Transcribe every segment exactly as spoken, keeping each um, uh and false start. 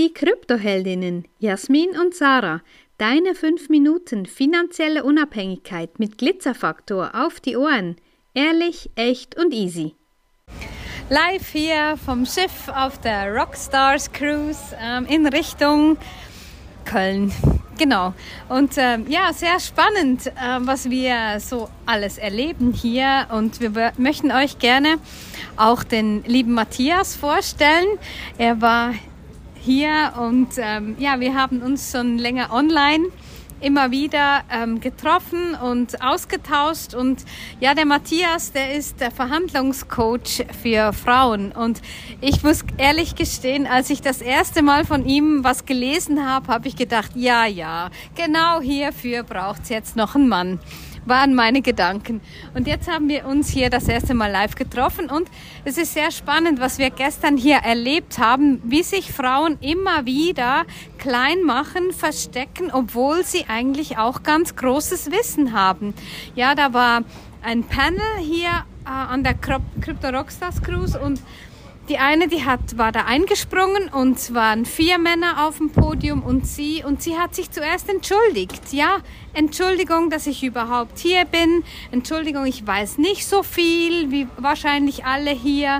Die Kryptoheldinnen Jasmin und Sarah. Deine fünf Minuten finanzielle Unabhängigkeit mit Glitzerfaktor auf die Ohren. Ehrlich, echt und easy. Live hier vom Schiff auf der Rockstars Cruise ähm, in Richtung Köln. Genau. Und ähm, ja, sehr spannend, äh, was wir so alles erleben hier. Und wir b- möchten euch gerne auch den lieben Matthias vorstellen. Er war hier und ähm, ja, wir haben uns schon länger online immer wieder ähm, getroffen und ausgetauscht. Und ja, der Matthias, der ist der Verhandlungscoach für Frauen. Und ich muss ehrlich gestehen, als ich das erste Mal von ihm was gelesen habe, habe ich gedacht, ja, ja, genau hierfür braucht es jetzt noch einen Mann. Waren meine Gedanken. Und jetzt haben wir uns hier das erste Mal live getroffen und es ist sehr spannend, was wir gestern hier erlebt haben, wie sich Frauen immer wieder klein machen, verstecken, obwohl sie eigentlich auch ganz großes Wissen haben. Ja, da war ein Panel hier äh, an der Crypto Rockstars Cruise und die eine, die hat, war da eingesprungen und es waren vier Männer auf dem Podium und sie und sie hat sich zuerst entschuldigt. Ja, Entschuldigung, dass ich überhaupt hier bin. Entschuldigung, ich weiß nicht so viel wie wahrscheinlich alle hier.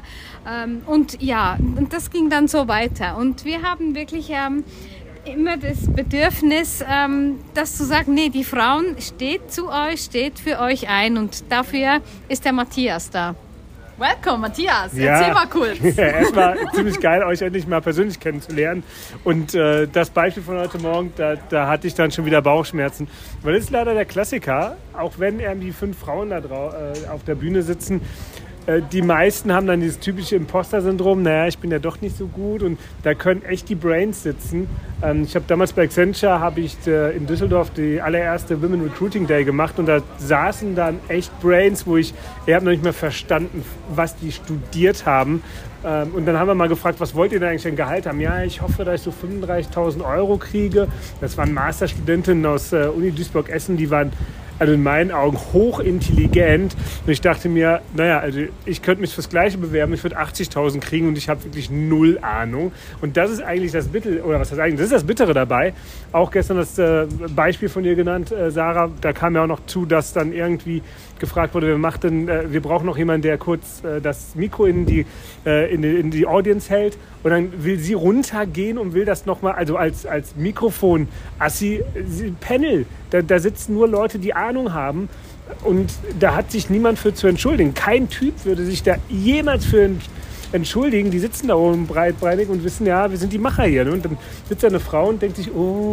Und ja, und das ging dann so weiter. Und wir haben wirklich ähm, immer das Bedürfnis, ähm, das zu sagen, nee, die Frauen steht zu euch, steht für euch ein und dafür ist der Matthias da. Welcome, Matthias. Ja. Erzähl mal kurz. Ja, erstmal ziemlich geil, euch endlich mal persönlich kennenzulernen. Und äh, das Beispiel von heute Morgen, da, da hatte ich dann schon wieder Bauchschmerzen. Weil das ist leider der Klassiker, auch wenn irgendwie fünf Frauen da drau- äh, auf der Bühne sitzen. Äh, die meisten haben dann dieses typische Imposter-Syndrom. Naja, ich bin ja doch nicht so gut. Und da können echt die Brains sitzen. Ähm, ich habe damals bei Accenture habe ich äh, in Düsseldorf die allererste Women Recruiting Day gemacht. Und da saßen dann echt Brains, wo ich, ich habe noch nicht mehr verstanden, was die studiert haben. Ähm, und dann haben wir mal gefragt, was wollt ihr denn eigentlich ein Gehalt haben? Ja, ich hoffe, dass ich so fünfunddreißigtausend Euro kriege. Das waren Masterstudentinnen aus äh, Uni Duisburg-Essen, die waren also in meinen Augen hochintelligent. Und ich dachte mir, naja, also ich könnte mich fürs Gleiche bewerben, ich würde achtzigtausend kriegen und ich habe wirklich null Ahnung. Und das ist eigentlich das Bittere, oder was heißt eigentlich, das ist das Bittere dabei. Auch gestern das äh, Beispiel von dir genannt, äh, Sarah, da kam ja auch noch zu, dass dann irgendwie gefragt wurde, wer macht denn, äh, wir brauchen noch jemanden, der kurz äh, das Mikro in die, äh, in, die, in die Audience hält. Und dann will sie runtergehen und will das nochmal, also als, als Mikrofon-Assi, Panel, da, da sitzen nur Leute, die Ahnung haben. Und da hat sich niemand für zu entschuldigen. Kein Typ würde sich da jemals für entschuldigen. Die sitzen da oben breitbeinig und wissen, ja, wir sind die Macher hier. Und dann sitzt da eine Frau und denkt sich,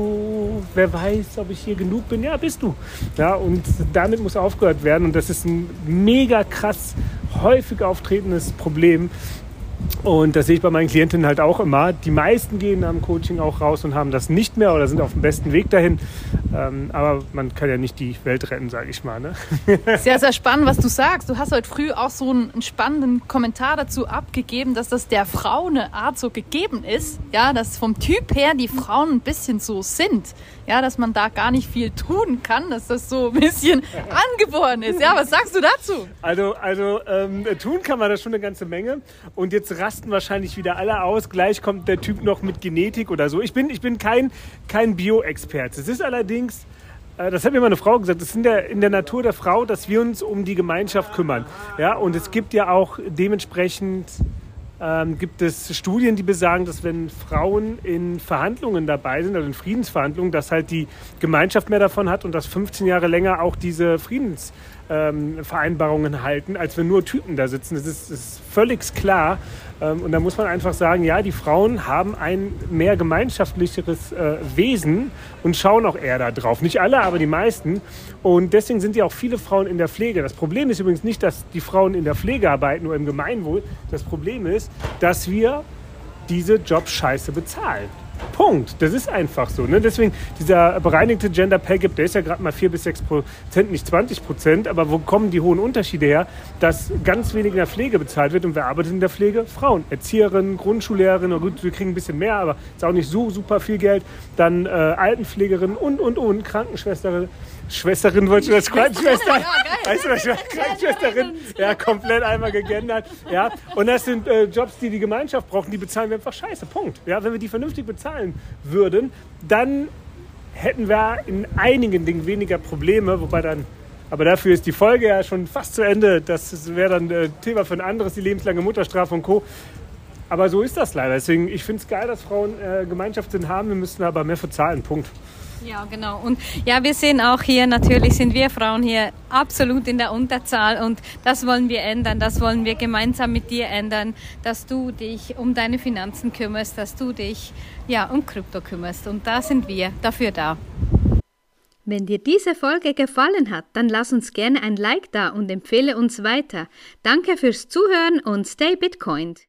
oh, wer weiß, ob ich hier genug bin. Ja, bist du. Ja, und damit muss aufgehört werden. Und das ist ein mega krass häufig auftretendes Problem. Und das sehe ich bei meinen Klientinnen halt auch immer. Die meisten gehen am Coaching auch raus und haben das nicht mehr oder sind auf dem besten Weg dahin. Ähm, aber man kann ja nicht die Welt retten, sage ich mal. Ne? Sehr, sehr spannend, was du sagst. Du hast heute früh auch so einen, einen spannenden Kommentar dazu abgegeben, dass das der Frau eine Art so gegeben ist. Ja, dass vom Typ her die Frauen ein bisschen so sind. Ja, dass man da gar nicht viel tun kann, dass das so ein bisschen angeboren ist. Ja, was sagst du dazu? Also, also ähm, tun kann man das schon eine ganze Menge. Und jetzt rasten wahrscheinlich wieder alle aus. Gleich kommt der Typ noch mit Genetik oder so. Ich bin, ich bin kein, kein Bio-Experte. Es ist allerdings, äh, das hat mir meine Frau gesagt, es ist in der, in der Natur der Frau, dass wir uns um die Gemeinschaft kümmern. Ja, und es gibt ja auch dementsprechend ähm, gibt es Studien, die besagen, dass wenn Frauen in Verhandlungen dabei sind, also in Friedensverhandlungen, dass halt die Gemeinschaft mehr davon hat und dass fünfzehn Jahre länger auch diese Friedens Ähm, Vereinbarungen halten, als wenn nur Typen da sitzen. Das ist, das ist völlig klar. Ähm, und da muss man einfach sagen, ja, die Frauen haben ein mehr gemeinschaftlicheres äh, Wesen und schauen auch eher da drauf. Nicht alle, aber die meisten. Und deswegen sind ja auch viele Frauen in der Pflege. Das Problem ist übrigens nicht, dass die Frauen in der Pflege arbeiten, nur im Gemeinwohl. Das Problem ist, dass wir diese Jobs scheiße bezahlen. Punkt. Das ist einfach so. Ne? Deswegen, dieser bereinigte Gender Pay Gap, der ist ja gerade mal vier bis sechs Prozent, nicht zwanzig Prozent. Aber wo kommen die hohen Unterschiede her? Dass ganz wenig in der Pflege bezahlt wird. Und wer arbeitet in der Pflege? Frauen. Erzieherinnen, Grundschullehrerinnen. Gut, wir kriegen ein bisschen mehr, aber ist auch nicht so super viel Geld. Dann äh, Altenpflegerinnen und, und, und. Krankenschwestern, Schwesterin wollte ich als Krankenschwester. Ja, geil. Weißt du, was Krankenschwesterin? Ja, komplett einmal gegendert. Ja, und das sind äh, Jobs, die die Gemeinschaft braucht, die bezahlen wir einfach scheiße. Punkt. Ja, wenn wir die vernünftig bezahlen würden, dann hätten wir in einigen Dingen weniger Probleme, wobei dann, aber dafür ist die Folge ja schon fast zu Ende. Das wäre dann äh, Thema für ein anderes, die lebenslange Mutterstrafe und Co. Aber so ist das leider. Deswegen, ich finde es geil, dass Frauen äh, Gemeinschaftssinn haben. Wir müssen aber mehr für zahlen. Punkt. Ja, genau. Und ja, wir sehen auch hier, natürlich sind wir Frauen hier absolut in der Unterzahl und das wollen wir ändern, das wollen wir gemeinsam mit dir ändern, dass du dich um deine Finanzen kümmerst, dass du dich ja um Krypto kümmerst und da sind wir dafür da. Wenn dir diese Folge gefallen hat, dann lass uns gerne ein Like da und empfehle uns weiter. Danke fürs Zuhören und stay Bitcoined!